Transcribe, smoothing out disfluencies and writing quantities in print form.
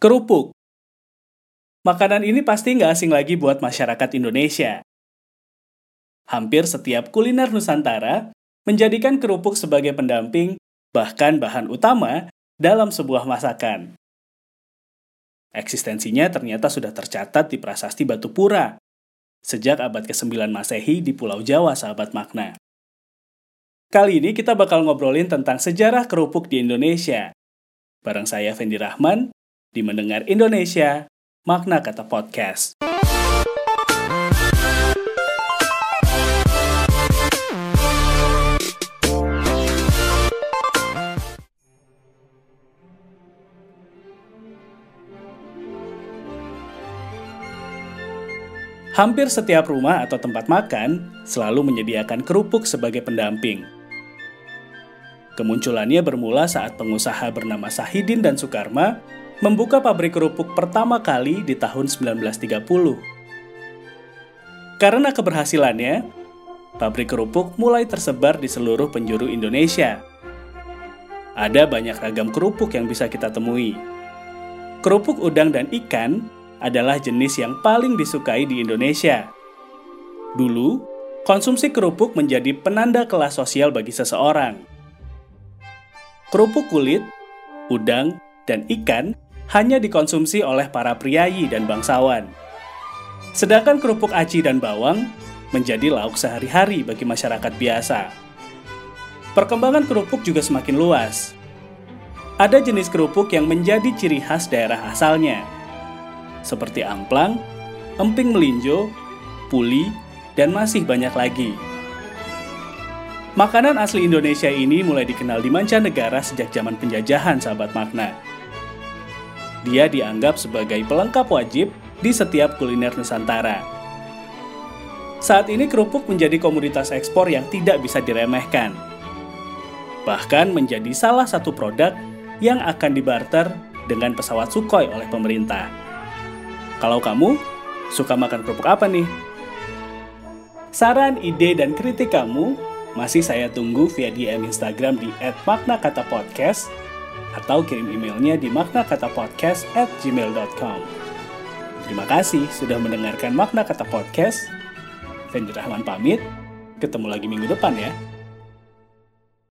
Kerupuk. Makanan ini pasti nggak asing lagi buat masyarakat Indonesia. Hampir setiap kuliner Nusantara menjadikan kerupuk sebagai pendamping, bahkan bahan utama dalam sebuah masakan. Eksistensinya ternyata sudah tercatat di Prasasti Batu Pura, sejak abad ke-9 Masehi di Pulau Jawa, sahabat makna. Kali ini kita bakal ngobrolin tentang sejarah kerupuk di Indonesia. Bareng saya, Fendi Rahman, di Mendengar Indonesia, Makna Kata Podcast. Hampir setiap rumah atau tempat makan selalu menyediakan kerupuk sebagai pendamping. Kemunculannya bermula saat pengusaha bernama Sahidin dan Sukarma membuka pabrik kerupuk pertama kali di tahun 1930. Karena keberhasilannya, pabrik kerupuk mulai tersebar di seluruh penjuru Indonesia. Ada banyak ragam kerupuk yang bisa kita temui. Kerupuk udang dan ikan adalah jenis yang paling disukai di Indonesia. Dulu, konsumsi kerupuk menjadi penanda kelas sosial bagi seseorang. Kerupuk kulit, udang, dan ikan hanya dikonsumsi oleh para priayi dan bangsawan. Sedangkan kerupuk aci dan bawang menjadi lauk sehari-hari bagi masyarakat biasa. Perkembangan kerupuk juga semakin luas. Ada jenis kerupuk yang menjadi ciri khas daerah asalnya, seperti amplang, emping melinjo, puli, dan masih banyak lagi. Makanan asli Indonesia ini mulai dikenal di mancanegara sejak zaman penjajahan, sahabat makna. Dia dianggap sebagai pelengkap wajib di setiap kuliner Nusantara. Saat ini kerupuk menjadi komoditas ekspor yang tidak bisa diremehkan. Bahkan menjadi salah satu produk yang akan dibarter dengan pesawat Sukhoi oleh pemerintah. Kalau kamu, suka makan kerupuk apa nih? Saran, ide, dan kritik kamu masih saya tunggu via DM Instagram di @maknakatapodcast atau kirim emailnya di maknakatapodcast@gmail.com. Terima kasih sudah mendengarkan Makna Kata Podcast. Fendi Rahman pamit, ketemu lagi minggu depan ya.